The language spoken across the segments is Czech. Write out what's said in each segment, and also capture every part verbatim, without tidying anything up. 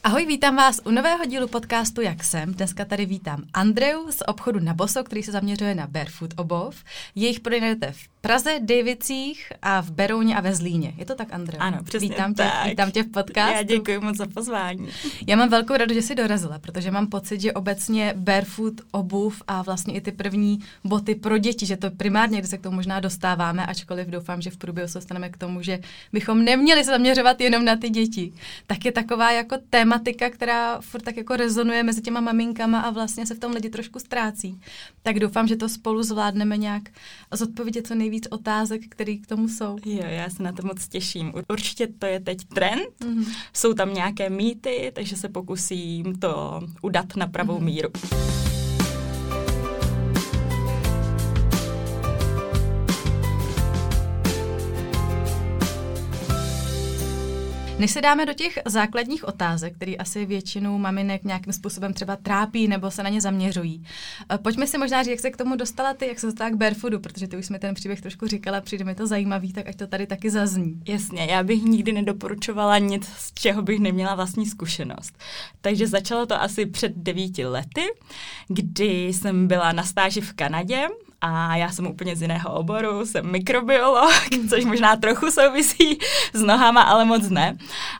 Ahoj, vítám vás u nového dílu podcastu Jak jsem. Dneska tady vítám Andreu z obchodu Naboso, který se zaměřuje na barefoot obuv. Jejich prodej najdete v Praze, Dejvicích a v Berouně a ve Zlíně. Je to tak, Andreu? Ano, přesně vítám tak. Tě, vítám tě v podcastu. Já děkuji moc za pozvání. Já mám velkou radost, že jsi dorazila, protože mám pocit, že obecně barefoot obuv a vlastně i ty první boty pro děti, že to primárně, když se k tomu možná dostáváme, ačkoliv doufám, že v průběhu se dostaneme k tomu, že bychom neměli se zaměřovat jenom na ty děti. Tak je taková jako tématika, která furt tak jako rezonuje mezi těma maminkama a vlastně se v tom lidi trošku ztrácí. Tak doufám, že to spolu zvládneme nějak zodpovědět co nejvíc otázek, které k tomu jsou. Jo, já se na to moc těším. Určitě to je teď trend. Mm-hmm. Jsou tam nějaké mýty, takže se pokusím to udat na pravou mm-hmm. míru. Než se dáme do těch základních otázek, které asi většinu maminek nějakým způsobem třeba trápí nebo se na ně zaměřují, pojďme si možná říct, jak se k tomu dostala ty, jak se dostala k barefootu, protože ty už jsme ten příběh trošku říkala, přijde mi to zajímavý, tak ať to tady taky zazní. Jasně, já bych nikdy nedoporučovala nic, z čeho bych neměla vlastní zkušenost. Takže začalo to asi před devíti lety, kdy jsem byla na stáži v Kanadě. A já jsem úplně z jiného oboru, jsem mikrobiolog, což možná trochu souvisí s nohama, ale moc ne.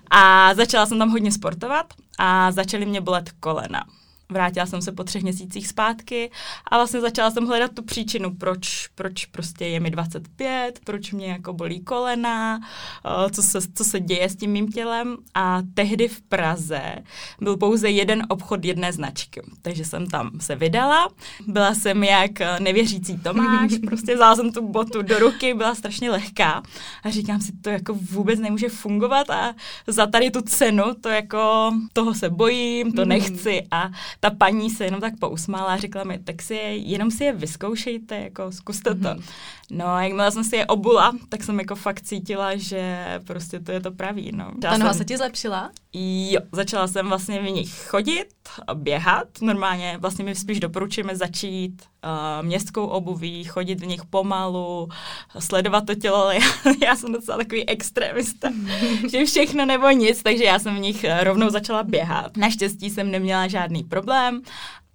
A začala jsem tam hodně sportovat a začaly mě bolet kolena. Vrátila jsem se po třech měsících zpátky a vlastně začala jsem hledat tu příčinu, proč, proč prostě je mi dvacet pět, proč mě jako bolí kolena, co se, co se děje s tím mým tělem. A tehdy v Praze byl pouze jeden obchod jedné značky, takže jsem tam se vydala. Byla jsem jak nevěřící Tomáš, prostě vzala jsem tu botu do ruky, byla strašně lehká a říkám si, to jako vůbec nemůže fungovat a za tady tu cenu, to jako toho se bojím, to nechci a ta paní se jenom tak pousmála a řekla mi, tak si je, jenom si je vyzkoušejte, jako zkuste to. Mm-hmm. No a jakmile jsem si je obula, tak jsem jako fakt cítila, že prostě to je to pravý. No. Ta noha se ti zlepšila? Jo, začala jsem vlastně v nich chodit, běhat. Normálně vlastně my spíš doporučujeme začít uh, městskou obuví, chodit v nich pomalu, sledovat to tělo, ale já, já jsem docela takový extremista, že všechno nebo nic, takže já jsem v nich rovnou začala běhat. Naštěstí jsem neměla žádný problém.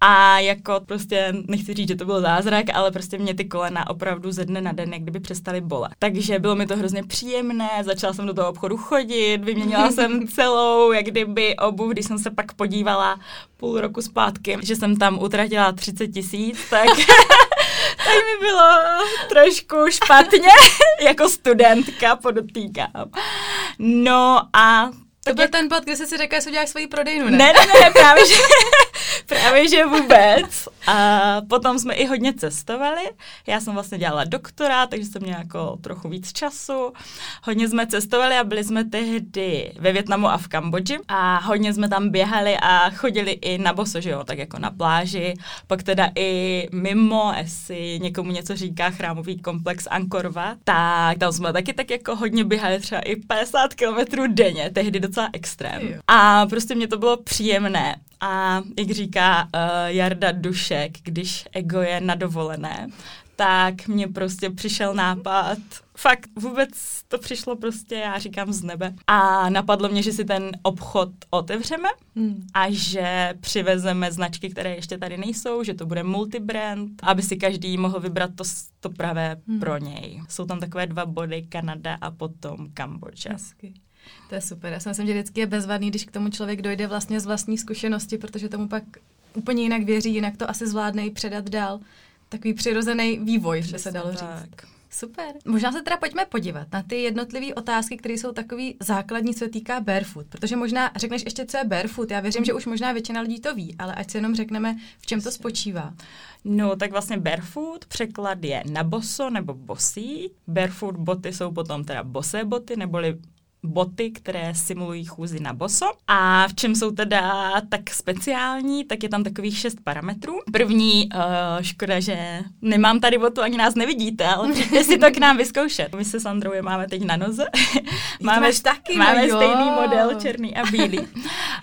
A jako prostě, nechci říct, že to byl zázrak, ale prostě mě ty kolena opravdu ze dne na den jak kdyby přestaly bolet. Takže bylo mi to hrozně příjemné, začala jsem do toho obchodu chodit, vyměnila jsem celou jak kdyby obuv, když jsem se pak podívala půl roku zpátky, že jsem tam utratila třicet tisíc, tak... tak mi bylo trošku špatně, jako studentka podotýkám. No a... To byl jak... ten bod, kdy jsi si řekla, že si uděláš svoji prodejnu, ne? Ne, ne, ne, právě že, právě že vůbec. A potom jsme i hodně cestovali. Já jsem vlastně dělala doktora, takže jsem měla jako trochu víc času. Hodně jsme cestovali a byli jsme tehdy ve Vietnamu a v Kambodži. A hodně jsme tam běhali a chodili i na boso, že jo, tak jako na pláži. Pak teda i mimo, jestli někomu něco říká chrámový komplex Angkor Wat, tak tam jsme taky tak jako hodně běhali, třeba i padesát kilometrů denně, tehdy docela extrém. A prostě mě to bylo příjemné. A jak říká uh, Jarda Dušek, když ego je na dovolené, tak mně prostě přišel nápad, fakt vůbec to přišlo prostě, já říkám, z nebe. A napadlo mě, že si ten obchod otevřeme hmm. a že přivezeme značky, které ještě tady nejsou, že to bude multibrand, aby si každý mohl vybrat to, to pravé hmm. pro něj. Jsou tam takové dva body, Kanada a potom Kambodža. Hezky. To je super. Já si myslím, že vždycky je bezvadný, když k tomu člověk dojde vlastně z vlastní zkušenosti, protože tomu pak úplně jinak věří, jinak to asi zvládne i předat dál. Takový přirozený vývoj, že se dalo říct. Tak. Super. Možná se teda pojďme podívat na ty jednotlivé otázky, které jsou takový základní, co se týká barefoot, protože možná řekneš ještě, co je barefoot. Já věřím, že už možná většina lidí to ví, ale ať si jenom řekneme, v čem to spočívá. No, tak vlastně barefoot, překlad je na boso nebo bosí. Barefoot boty jsou potom teda bosé boty, neboli boty, které simulují chůzi na boso. A v čem jsou teda tak speciální, tak je tam takových šest parametrů. První, uh, škoda, že nemám tady botu, ani nás nevidíte, ale přijďte si to k nám vyzkoušet. My se s Androu je máme teď na noze. máme taky, máme no stejný model, černý a bílý.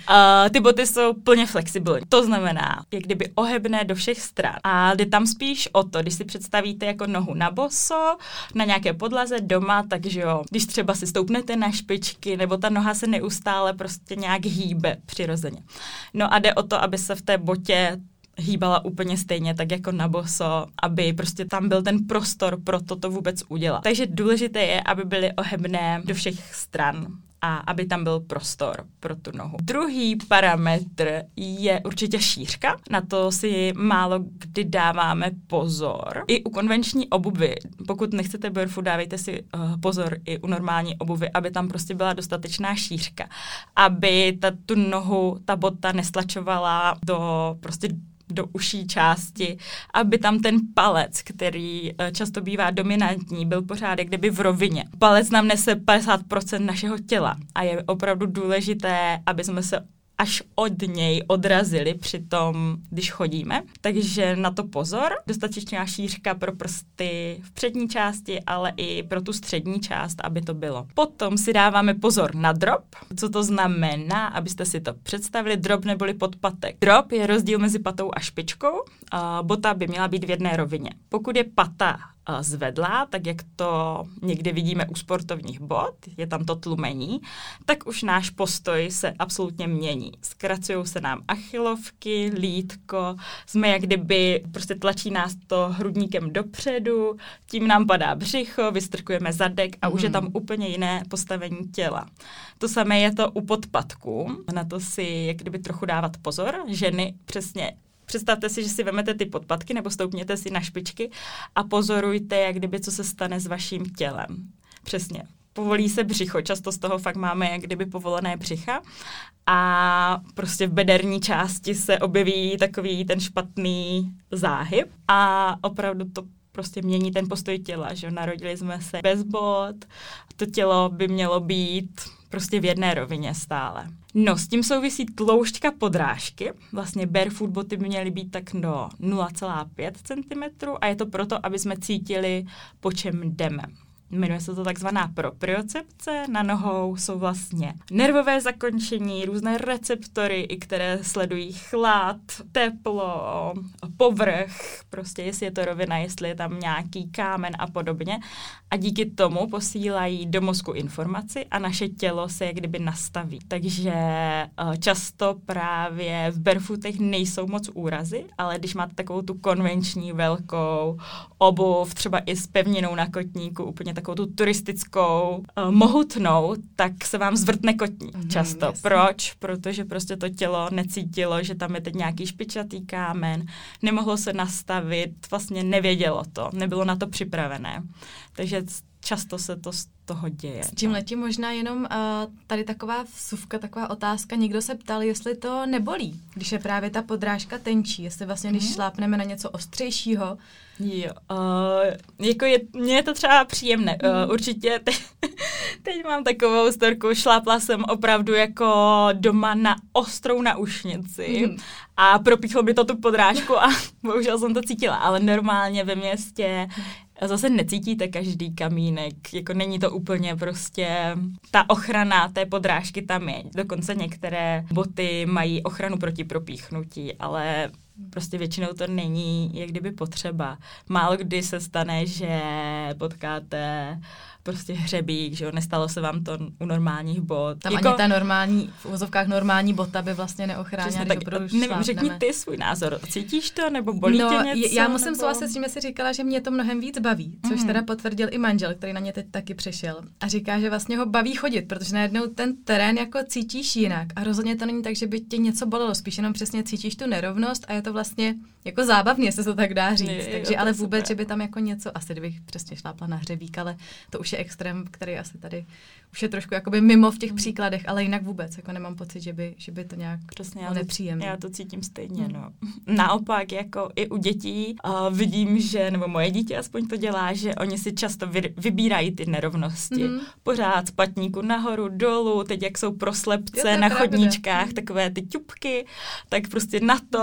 Uh, ty boty jsou plně flexibilní. To znamená, jak kdyby ohebné do všech stran. A jde tam spíš o to, když si představíte jako nohu na boso, na nějaké podlaze doma, takže jo, když třeba si stoupnete na špičky, nebo ta noha se neustále prostě nějak hýbe přirozeně. No a jde o to, aby se v té botě hýbala úplně stejně, tak jako na boso, aby prostě tam byl ten prostor pro toto vůbec udělat. Takže důležité je, aby byly ohebné do všech stran a aby tam byl prostor pro tu nohu. Druhý parametr je určitě šířka. Na to si málo kdy dáváme pozor. I u konvenční obuvy, pokud nechcete barefoot, dávejte si uh, pozor i u normální obuvy, aby tam prostě byla dostatečná šířka. Aby ta, tu nohu, ta bota nestlačovala do prostě do uší části, aby tam ten palec, který často bývá dominantní, byl pořád jak kdyby v rovině. Palec nám nese padesát procent našeho těla a je opravdu důležité, aby jsme se až od něj odrazili při tom, když chodíme. Takže na to pozor. Dostatečná šířka pro prsty v přední části, ale i pro tu střední část, aby to bylo. Potom si dáváme pozor na drop. Co to znamená, abyste si to představili? Drop neboli podpatek. Drop je rozdíl mezi patou a špičkou. A bota by měla být v jedné rovině. Pokud je pata zvedlá, tak jak to někdy vidíme u sportovních bot, je tam to tlumení, tak už náš postoj se absolutně mění. Zkracují se nám achilovky, lítko, jsme jak kdyby, prostě tlačí nás to hrudníkem dopředu, tím nám padá břicho, vystrkujeme zadek a mm. už je tam úplně jiné postavení těla. To samé je to u podpatků, na to si jak kdyby trochu dávat pozor, ženy přesně. Představte si, že si vemete ty podpatky nebo stoupněte si na špičky a pozorujte, jak kdyby, co se stane s vaším tělem. Přesně. Povolí se břicho, často z toho fakt máme jak kdyby povolené břicha a prostě v bederní části se objeví takový ten špatný záhyb a opravdu to prostě mění ten postoj těla, že narodili jsme se bez bot, to tělo by mělo být prostě v jedné rovině stále. No, s tím souvisí tloušťka podrážky. Vlastně barefoot boty by měly být tak do nula celá pět centimetrů a je to proto, aby jsme cítili, po čem jdeme. Jmenuje se to takzvaná propriocepce. Na nohou jsou vlastně nervové zakončení, různé receptory, i které sledují chlad, teplo, povrch, prostě jestli je to rovina, jestli je tam nějaký kámen a podobně. A díky tomu posílají do mozku informaci a naše tělo se jak kdyby nastaví. Takže často právě v barefootech nejsou moc úrazy, ale když máte takovou tu konvenční velkou obuv, třeba i s pevninou na kotníku, úplně takovou tu turistickou, uh, mohutnou, tak se vám zvrtne kotník mm, často. Jasný. Proč? Protože prostě to tělo necítilo, že tam je teď nějaký špičatý kámen, nemohlo se nastavit, vlastně nevědělo to, nebylo na to připravené. Takže často se to z toho děje. S tím letím možná jenom uh, tady taková vsuvka, taková otázka. Někdo se ptal, jestli to nebolí, když je právě ta podrážka tenčí, jestli vlastně, když mm. šlápneme na něco ostřejšího. Jo, uh, jako je, mně je to třeba příjemné. Mm. Uh, určitě te, teď mám takovou storku, šlápla jsem opravdu jako doma na ostrou naušnici mm. a propíchlo by to tu podrážku a bohužel jsem to cítila, ale normálně ve městě zase necítíte každý kamínek, jako není to úplně prostě, ta ochrana té podrážky tam je, dokonce některé boty mají ochranu proti propíchnutí, ale prostě většinou to není jak kdyby potřeba. Málo kdy se stane, že potkáte prostě hřebík, že jo, nestalo se vám to u normálních bot. Tam jako, ani ta normální, v uvozovkách normální bota by vlastně neochránila, když opravdu nevím, řekni ty svůj názor. Cítíš to, nebo bolí no, tě něco? Já musím nebo... souhlasit s tím, že jsi říkala, že mě to mnohem víc baví, což mm. teda potvrdil i manžel, který na ně teď taky přišel. A říká, že vlastně ho baví chodit, protože najednou ten terén jako cítíš jinak. A rozhodně to není tak, že by tě něco bolelo, spíš jenom přesně cítíš tu nerovnost a je to vlastně jako zábavně, jestli se to tak dá říct. Je, Takže ale vůbec, super. Že by tam jako něco, asi kdybych přesně šlápla na hřebík, ale to už je extrém, který asi tady už je trošku jakoby mimo v těch mm. příkladech, ale jinak vůbec, jako nemám pocit, že by, že by to nějak přesně, bylo nepříjemné. Já to cítím stejně, mm. no. Naopak, jako i u dětí uh, vidím, že, nebo moje dítě aspoň to dělá, že oni si často vy, vybírají ty nerovnosti. Mm. Pořád z patníku nahoru, dolů, teď jak jsou proslepce na chodníčkách, mm. takové ty ťupky, tak prostě na to, vždycky, když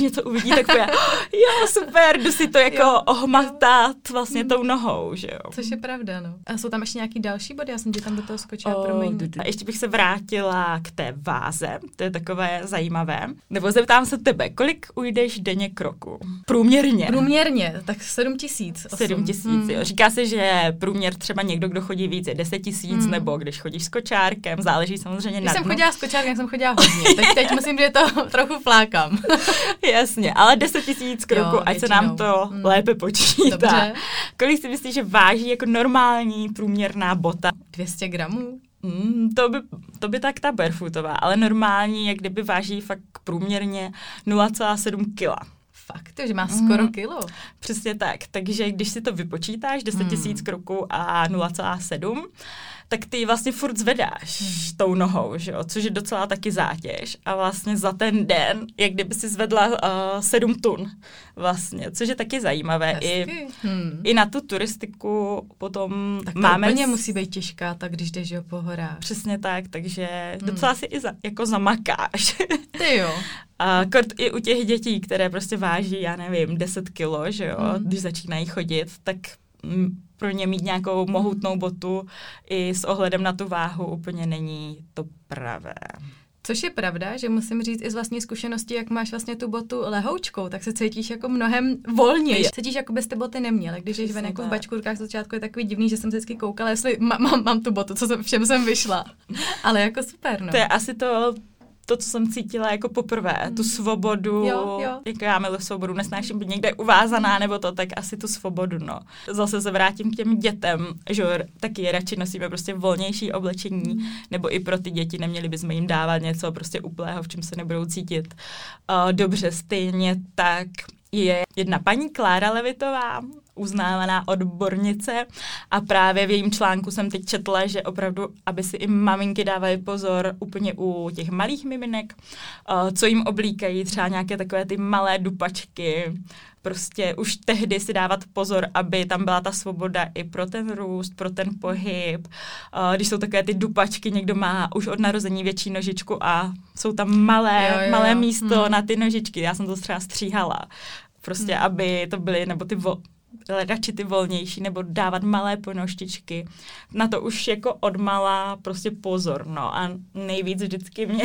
něco uvidí, tak bude, jo, super, jdu si to jako jo, ohmatat vlastně tou nohou, že jo. Což je pravda, no. A jsou tam ještě nějaký další body? Já jsem tě tam do toho skočila, oh, promiň. A ještě bych se vrátila k té váze, to je takové zajímavé. Nebo zeptám se tebe, kolik ujdeš denně kroku? Průměrně. Průměrně, tak sedm tisíc. Sedm tisíc, hmm. jo. Říká se, že průměr třeba někdo, kdo chodí víc, je deset tisíc, hmm. nebo když chodíš s kočárkem, záleží samozřejmě když na dnu. Když jsem chodila s kočárkem, jsem chodila hodně. Teď, teď myslím, že to trochu flákám. Jasně, ale deset tisíc kroků, jo, ať se nám to hmm. lépe počítá. Dobře. Kolik si myslíš, že váží jako normální průměrná bota? dvě stě gramů? Mm, to, by, to by tak ta barefootová, ale normální, jak kdyby váží fakt průměrně nula celá sedm kila. Fakt, to, že má skoro mm. kilo. Přesně tak, takže když si to vypočítáš, deset tisíc mm. kroků a nula celá sedm, tak ty vlastně furt zvedáš hmm. tou nohou, že jo, což je docela taky zátěž. A vlastně za ten den, jak kdyby si zvedla uh, sedm tun vlastně, což je taky zajímavé. I, hmm. I na tu turistiku potom tak to máme... úplně musí být těžká, tak když jdeš jo, po horách. Přesně tak, takže hmm. docela si i za, jako zamakáš. Ty jo. A kort i u těch dětí, které prostě váží, já nevím, deset kilo, že jo, hmm. když začínají chodit, tak... M, pro ně mít nějakou mohutnou botu i s ohledem na tu váhu úplně není to pravé. Což je pravda, že musím říct i z vlastní zkušenosti, jak máš vlastně tu botu lehoučkou, tak se cítíš jako mnohem volněji. Cítíš, jako bys ty boty neměla. Když jsi ven jako v bačkůrkách, začátku je takový divný, že jsem vždycky koukala, jestli má, mám, mám tu botu, co jsem, všem jsem vyšla. Ale jako super, no. To je asi to... To, co jsem cítila jako poprvé, mm. tu svobodu, jo, jo. jako já miluji svobodu, nesnáším být někde uvázaná nebo to, tak asi tu svobodu, no. Zase se vrátím k těm dětem, že taky radši nosíme prostě volnější oblečení, mm. nebo i pro ty děti neměli bychom jim dávat něco prostě úplného, v čem se nebudou cítit uh, dobře. Stejně tak je jedna paní Klára Levitová, uznávaná odbornice a právě v jejím článku jsem teď četla, že opravdu, aby si i maminky dávaly pozor úplně u těch malých miminek, uh, co jim oblíkají, třeba nějaké takové ty malé dupačky, prostě už tehdy si dávat pozor, aby tam byla ta svoboda i pro ten růst, pro ten pohyb. Uh, když jsou takové ty dupačky, někdo má už od narození větší nožičku a jsou tam malé, jo, jo. malé místo hmm. na ty nožičky. Já jsem to třeba stříhala. Prostě, hmm. aby to byly, nebo ty vo- radši ty volnější, nebo dávat malé ponoštičky. Na to už jako odmala prostě pozor, no. A nejvíc vždycky mě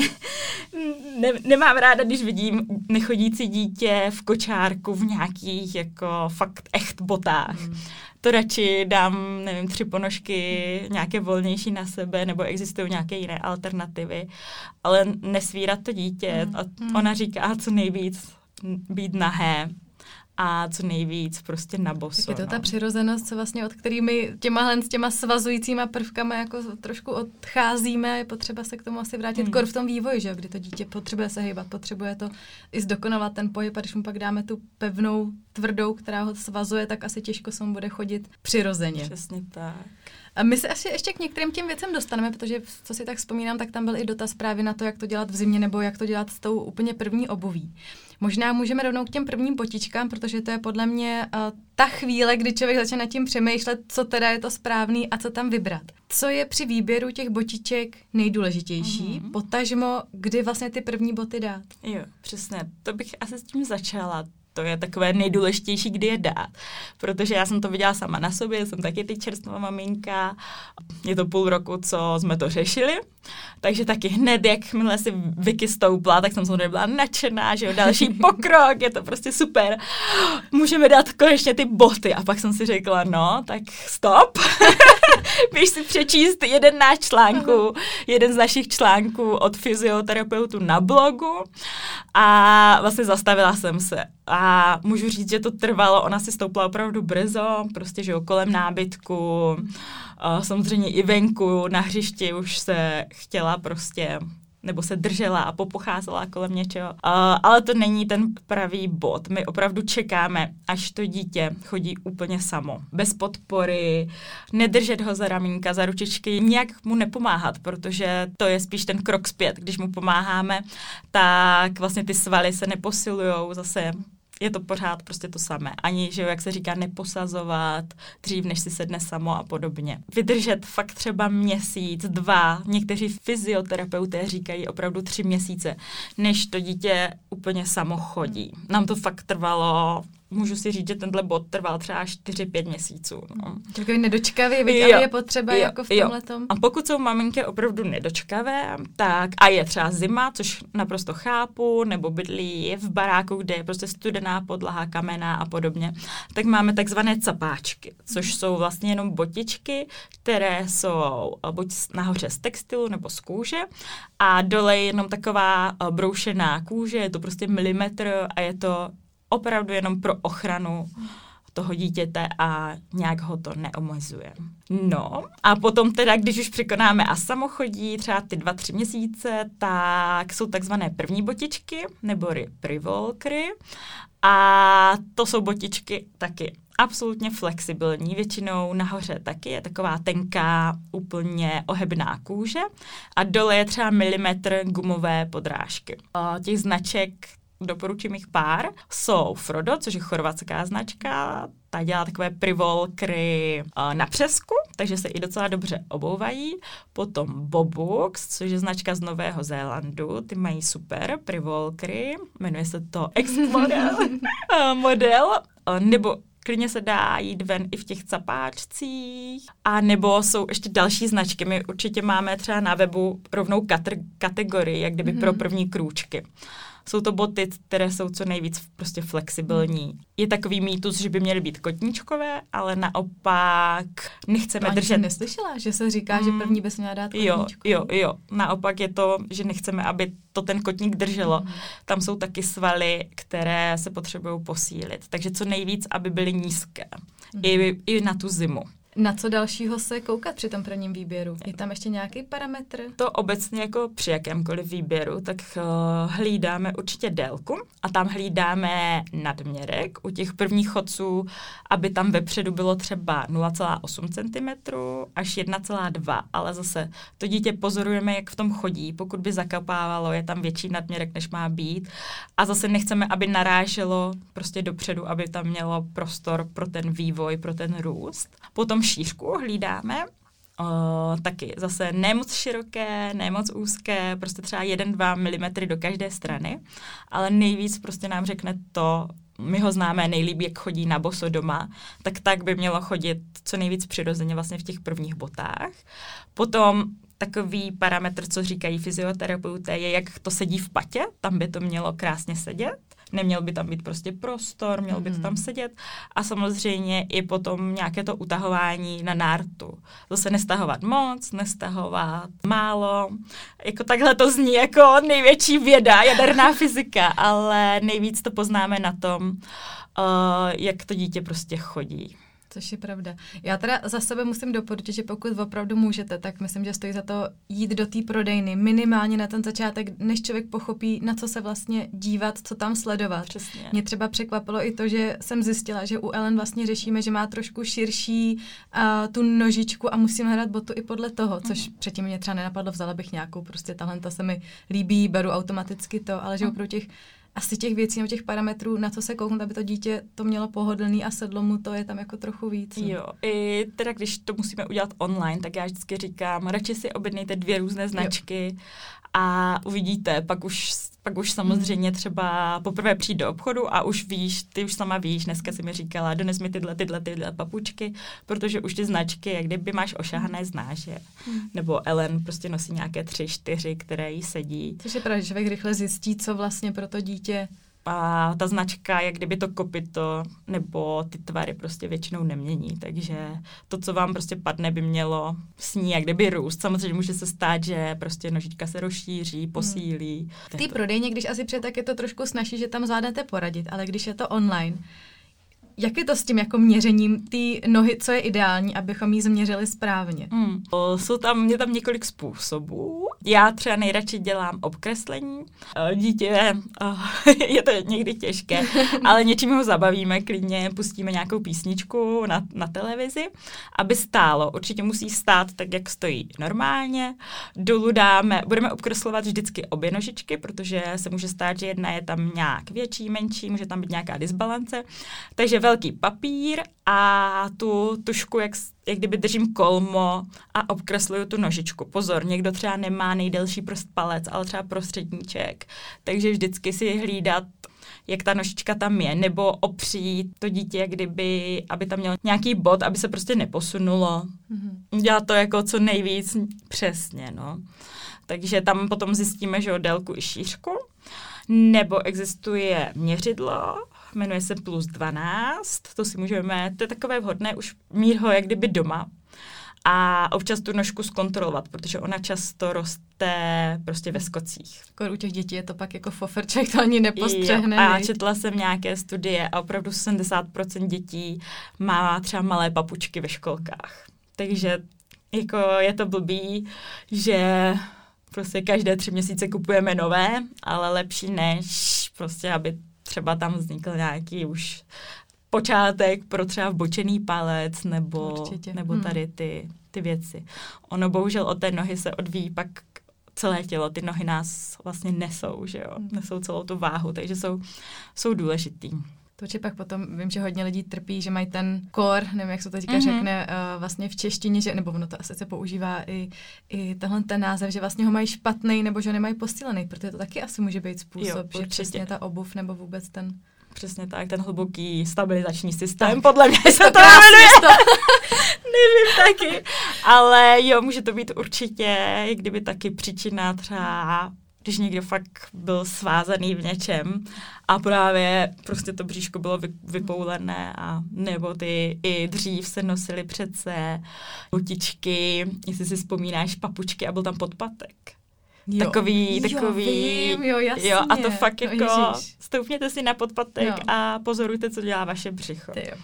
ne, nemám ráda, když vidím nechodící dítě v kočárku v nějakých jako fakt echt botách. Hmm. To radši dám, nevím, tři ponožky, nějaké volnější na sebe, nebo existují nějaké jiné alternativy, ale nesvírat to dítě. Hmm. A ona říká, co nejvíc být nahé. A co nejvíc prostě na boso. Tak je to no. ta přirozenost, co vlastně od kterými těma, s těma svazujícíma prvkama jako trošku odcházíme a je potřeba se k tomu asi vrátit hmm. kor v tom vývoji, že? Kdy to dítě potřebuje se hýbat, potřebuje to i zdokonalovat ten pohyb a když mu pak dáme tu pevnou, tvrdou, která ho svazuje, tak asi těžko se mu bude chodit přirozeně. Přesně tak. A my se asi ještě k některým těm věcem dostaneme, protože co si tak vzpomínám, tak tam byl i dotaz právě na to, jak to dělat v zimě nebo jak to dělat s tou úplně první obuví. Možná můžeme rovnou k těm prvním botičkám, protože to je podle mě uh, ta chvíle, kdy člověk začne nad tím přemýšlet, co teda je to správný a co tam vybrat. Co je při výběru těch botiček nejdůležitější, mm-hmm. potažmo, kdy vlastně ty první boty dát? Jo, přesně. To bych asi s tím začala. To je takové nejdůležitější, kdy je dát. Protože já jsem to viděla sama na sobě, jsem taky teď čerstvá maminka. Je to půl roku, co jsme to řešili. Takže taky hned, jakmile si Vicky stoupla, tak jsem samozřejmě byla nadšená, že jo, další pokrok, je to prostě super. Můžeme dát konečně ty boty. A pak jsem si řekla, no, tak stop. Běž si přečíst jeden náš článku, jeden z našich článků od fyzioterapeutu na blogu a vlastně zastavila jsem se. A můžu říct, že to trvalo, ona si stoupla opravdu brzo, prostě, že jo, kolem nábytku, samozřejmě i venku na hřišti už se chtěla prostě, nebo se držela a popocházela kolem něčeho. Uh, ale to není ten pravý bod. My opravdu čekáme, až to dítě chodí úplně samo. Bez podpory, nedržet ho za ramínka, za ručičky, nijak mu nepomáhat, protože to je spíš ten krok zpět. Když mu pomáháme, tak vlastně ty svaly se neposilujou zase. je to pořád prostě to samé. Ani, že jak se říká, neposazovat dřív, než si sedne samo a podobně. Vydržet fakt třeba měsíc, dva, někteří fyzioterapeuté říkají opravdu tři měsíce, než to dítě úplně samo chodí. Nám to fakt trvalo, můžu si říct, že tenhle bod trval třeba čtyři pět měsíců. No. Takový nedočkavý, ale je potřeba jo, jako v tomhletom. A pokud jsou maminky opravdu nedočkavé, tak a je třeba zima, což naprosto chápu, nebo bydlí v baráku, kde je prostě studená podlaha, kamenná a podobně, tak máme takzvané capáčky, což jsou vlastně jenom botičky, které jsou buď nahoře z textilu nebo z kůže a dole je jenom taková broušená kůže, je to prostě milimetr a je to opravdu jenom pro ochranu toho dítěte a nějak ho to neomezuje. No a potom teda, když už překonáme a samochodí, třeba ty dva, tři měsíce, tak jsou takzvané první botičky, nebo privolkry. A to jsou botičky taky absolutně flexibilní, většinou nahoře taky je taková tenká, úplně ohebná kůže a dole je třeba milimetr gumové podrážky. A těch značek doporučím jich pár, jsou Frodo, což je chorvatská značka, ta dělá takové privolkry na přesku, takže se i docela dobře obouvají. Potom Bobux, což je značka z Nového Zélandu, ty mají super privolkry, jmenuje se to X-model model, nebo klidně se dá jít ven i v těch capáčcích. A nebo jsou ještě další značky. My určitě máme třeba na webu rovnou katr- kategorii, jak kdyby mm-hmm. pro první krůčky. Jsou to boty, které jsou co nejvíc prostě flexibilní. Je takový mýtus, že by měly být kotníčkové, ale naopak nechceme to držet... To ani jsem neslyšela, že se říká, mm. že první bys měla dát kotníčku. Jo, jo, jo. Naopak je to, že nechceme, aby to ten kotník drželo. Mm. Tam jsou taky svaly, které se potřebují posílit. Takže co nejvíc, aby byly nízké. Mm. I, I na tu zimu. Na co dalšího se koukat při tom prvním výběru? Je tam ještě nějaký parametr? To obecně jako při jakémkoliv výběru, tak uh, hlídáme určitě délku a tam hlídáme nadměrek. U těch prvních chodců, aby tam vepředu bylo třeba nula celá osm centimetru až jedna celá dva, ale zase to dítě pozorujeme, jak v tom chodí. Pokud by zakopávalo, je tam větší nadměrek, než má být. A zase nechceme, aby naráželo prostě dopředu, aby tam mělo prostor pro ten vývoj, pro ten růst. Potom šířku hlídáme, o, taky zase ne moc široké, ne moc úzké, prostě třeba jedna dva milimetry do každé strany, ale nejvíc prostě nám řekne to, my ho známe nejlíp, jak chodí na boso doma, tak tak by mělo chodit co nejvíc přirozeně vlastně v těch prvních botách. Potom takový parametr, co říkají fyzioterapeuté, je, jak to sedí v patě, tam by to mělo krásně sedět. Neměl by tam být prostě prostor, měl by to tam sedět a samozřejmě i potom nějaké to utahování na nártu. Zase nestahovat moc, nestahovat málo. Jako takhle to zní jako největší věda, jaderná fyzika, ale nejvíc to poznáme na tom, uh, jak to dítě prostě chodí. Což je pravda. Já teda za sebe musím doporučit, že pokud opravdu můžete, tak myslím, že stojí za to jít do té prodejny minimálně na ten začátek, než člověk pochopí, na co se vlastně dívat, co tam sledovat. Přesně. Mě třeba překvapilo i to, že jsem zjistila, že u Ellen vlastně řešíme, že má trošku širší uh, tu nožičku a musím hledat botu i podle toho, což mm. předtím mě třeba nenapadlo, vzala bych nějakou, prostě tahle ta se mi líbí, beru automaticky to, ale že mm. opravdu těch asi těch věcí nebo těch parametrů, na co se kouknout, aby to dítě to mělo pohodlný a sedlo mu, to je tam jako trochu víc. Jo, i teda když to musíme udělat online, tak já vždycky říkám, radši si objednejte dvě různé značky jo. a uvidíte, pak už, pak už samozřejmě třeba poprvé přijít do obchodu a už víš, ty už sama víš, dneska si mi říkala, dones mi tyhle, tyhle, tyhle papučky, protože už ty značky, jak kdyby máš ošahané, znáš je. Hmm. Nebo Ellen prostě nosí nějaké tři, čtyři, které jí sedí. Což je pravda, že člověk rychle zjistí, co vlastně pro to dítě. A ta značka, jak kdyby to kopyto nebo ty tvary prostě většinou nemění, takže to, co vám prostě padne, by mělo s ní jak kdyby růst. Samozřejmě může se stát, že prostě nožička se rozšíří, posílí. V té prodejně, když asi přijde, tak je to trošku snazší, že tam zvládnete poradit, ale když je to online, Jak je to s tím jako měřením té nohy, co je ideální, abychom ji změřili správně? Hmm. Jsou tam, je tam několik způsobů. Já třeba nejradši dělám obkreslení. Dítě, je to někdy těžké, ale něčím ho zabavíme, klidně pustíme nějakou písničku na, na televizi, aby stálo. Určitě musí stát tak, jak stojí normálně. Dolů dáme, budeme obkreslovat vždycky obě nožičky, protože se může stát, že jedna je tam nějak větší, menší, může tam být nějaká disbalance. Takže velký papír a tu tušku, jak, jak kdyby držím kolmo a obkresluju tu nožičku. Pozor, někdo třeba nemá nejdelší prst palec, ale třeba prostředníček. Takže vždycky si hlídat, jak ta nožička tam je, nebo opřít to dítě, jak kdyby, aby tam mělo nějaký bod, aby se prostě neposunulo. Mm-hmm. Dělat to jako co nejvíc přesně, no. Takže tam potom zjistíme, že o délku i šířku. Nebo existuje měřidlo, jmenuje se plus dvanáct, to si můžeme, to je takové vhodné už mít ho jak kdyby doma a občas tu nožku zkontrolovat, protože ona často roste prostě ve skocích. U těch dětí je to pak jako fofrček, to ani nepostřehne. Jo, a četla jsem nějaké studie a opravdu sedmdesát procent dětí má třeba malé papučky ve školkách. Takže jako je to blbý, že prostě každé tři měsíce kupujeme nové, ale lepší než prostě, aby třeba tam vznikl nějaký už počátek pro třeba vbočený palec nebo, nebo tady ty, ty věci. Ono bohužel od té nohy se odvíjí pak celé tělo. Ty nohy nás vlastně nesou, že jo? Nesou celou tu váhu, takže jsou, jsou důležitý. To či pak potom, vím, že hodně lidí trpí, že mají ten core, nevím, jak se to říká, mm-hmm. řekne uh, vlastně v češtině, že, nebo ono to asi se používá i, i tenhle ten název, že vlastně ho mají špatný, nebo že ho nemají posílený, protože to taky asi může být způsob, jo, že přesně ta obuv, nebo vůbec ten... Přesně tak, ten hluboký stabilizační systém, tak. Podle mě se to jmenuje. Nevím taky, ale jo, může to být určitě, jak kdyby taky příčina třeba, když někdo fakt byl svázaný v něčem a právě prostě to bříško bylo vypoulené a nebo ty i dřív se nosily přece botičky, jestli si vzpomínáš, papučky a byl tam podpatek. Jo. Takový, jo, takový, vím, jo, jasně. Jo, a to fakt jako, no, stoupněte si na podpatek jo. a pozorujte, co dělá vaše břicho. Ty jo.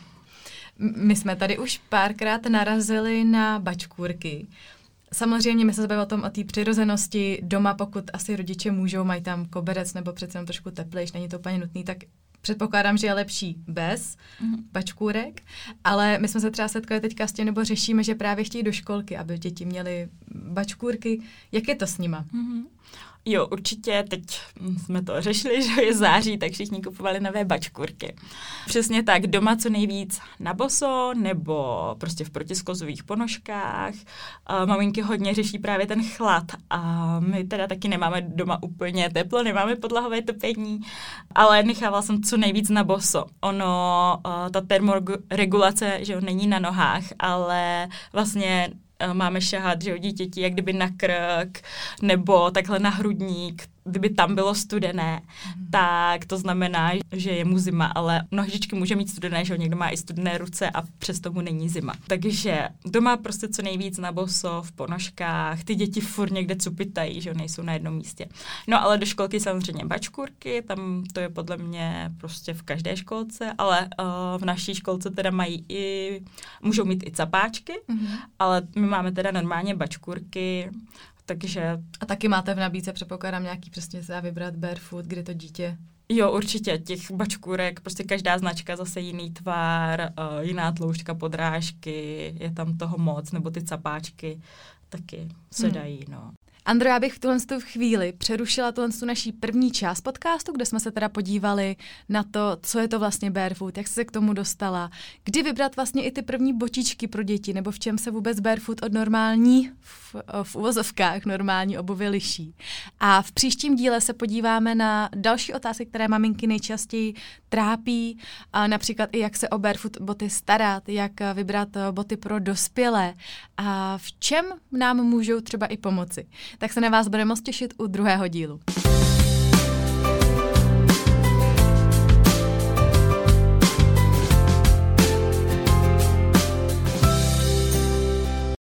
My jsme tady už párkrát narazili na bačkůrky. Samozřejmě my se zabýváme o tom, o té přirozenosti doma, pokud asi rodiče můžou, mají tam koberec nebo přece jenom trošku teplejš, není to úplně nutný, tak předpokládám, že je lepší bez mm. bačkůrek, ale my jsme se třeba setkali teďka s tím, nebo řešíme, že právě chtějí do školky, aby děti měly bačkůrky. Jak je to s nima? Mm-hmm. Jo, určitě, teď jsme to řešili, že je září, tak všichni kupovali nové bačkůrky. Přesně tak, doma co nejvíc na boso, nebo prostě v protisklozových ponožkách. A maminky hodně řeší právě ten chlad a my teda taky nemáme doma úplně teplo, nemáme podlahové topení, ale nechávala jsem co nejvíc na boso. Ono, ta termoregulace, že jo, není na nohách, ale vlastně máme šahat, že jo, dítěti, jak kdyby na krk, nebo takhle na hrudník, kdyby tam bylo studené, mm. tak to znamená, že je mu zima, ale nožičky může mít studené, že jo, někdo má i studené ruce a přesto mu není zima. Takže doma prostě co nejvíc na boso, v ponožkách, ty děti furt někde cupitají, že jo, nejsou na jednom místě. No ale do školky samozřejmě bačkůrky, tam to je podle mě prostě v každé školce, ale uh, v naší školce teda mají i, můžou mít i capáčky, mm. ale my máme teda normálně bačkůrky, takže... A taky máte v nabídce, předpokládám, nějaký přesně se dá vybrat barefoot, kdy to dítě... Jo, určitě, těch bačkůrek, prostě každá značka zase jiný tvar, uh, jiná tloušťka podrážky, je tam toho moc, nebo ty capáčky taky se hmm. dají, no. Andro, já bych v tuhle chvíli přerušila tuhle naší první část podcastu, kde jsme se teda podívali na to, co je to vlastně barefoot, jak jsi se k tomu dostala, kdy vybrat vlastně i ty první botičky pro děti, nebo v čem se vůbec barefoot od normální, v, v uvozovkách normální obuvy liší. A v příštím díle se podíváme na další otázky, které maminky nejčastěji trápí, a například i jak se o barefoot boty starat, jak vybrat boty pro dospělé a v čem nám můžou třeba i pomoci. Tak se na vás budeme moc těšit u druhého dílu.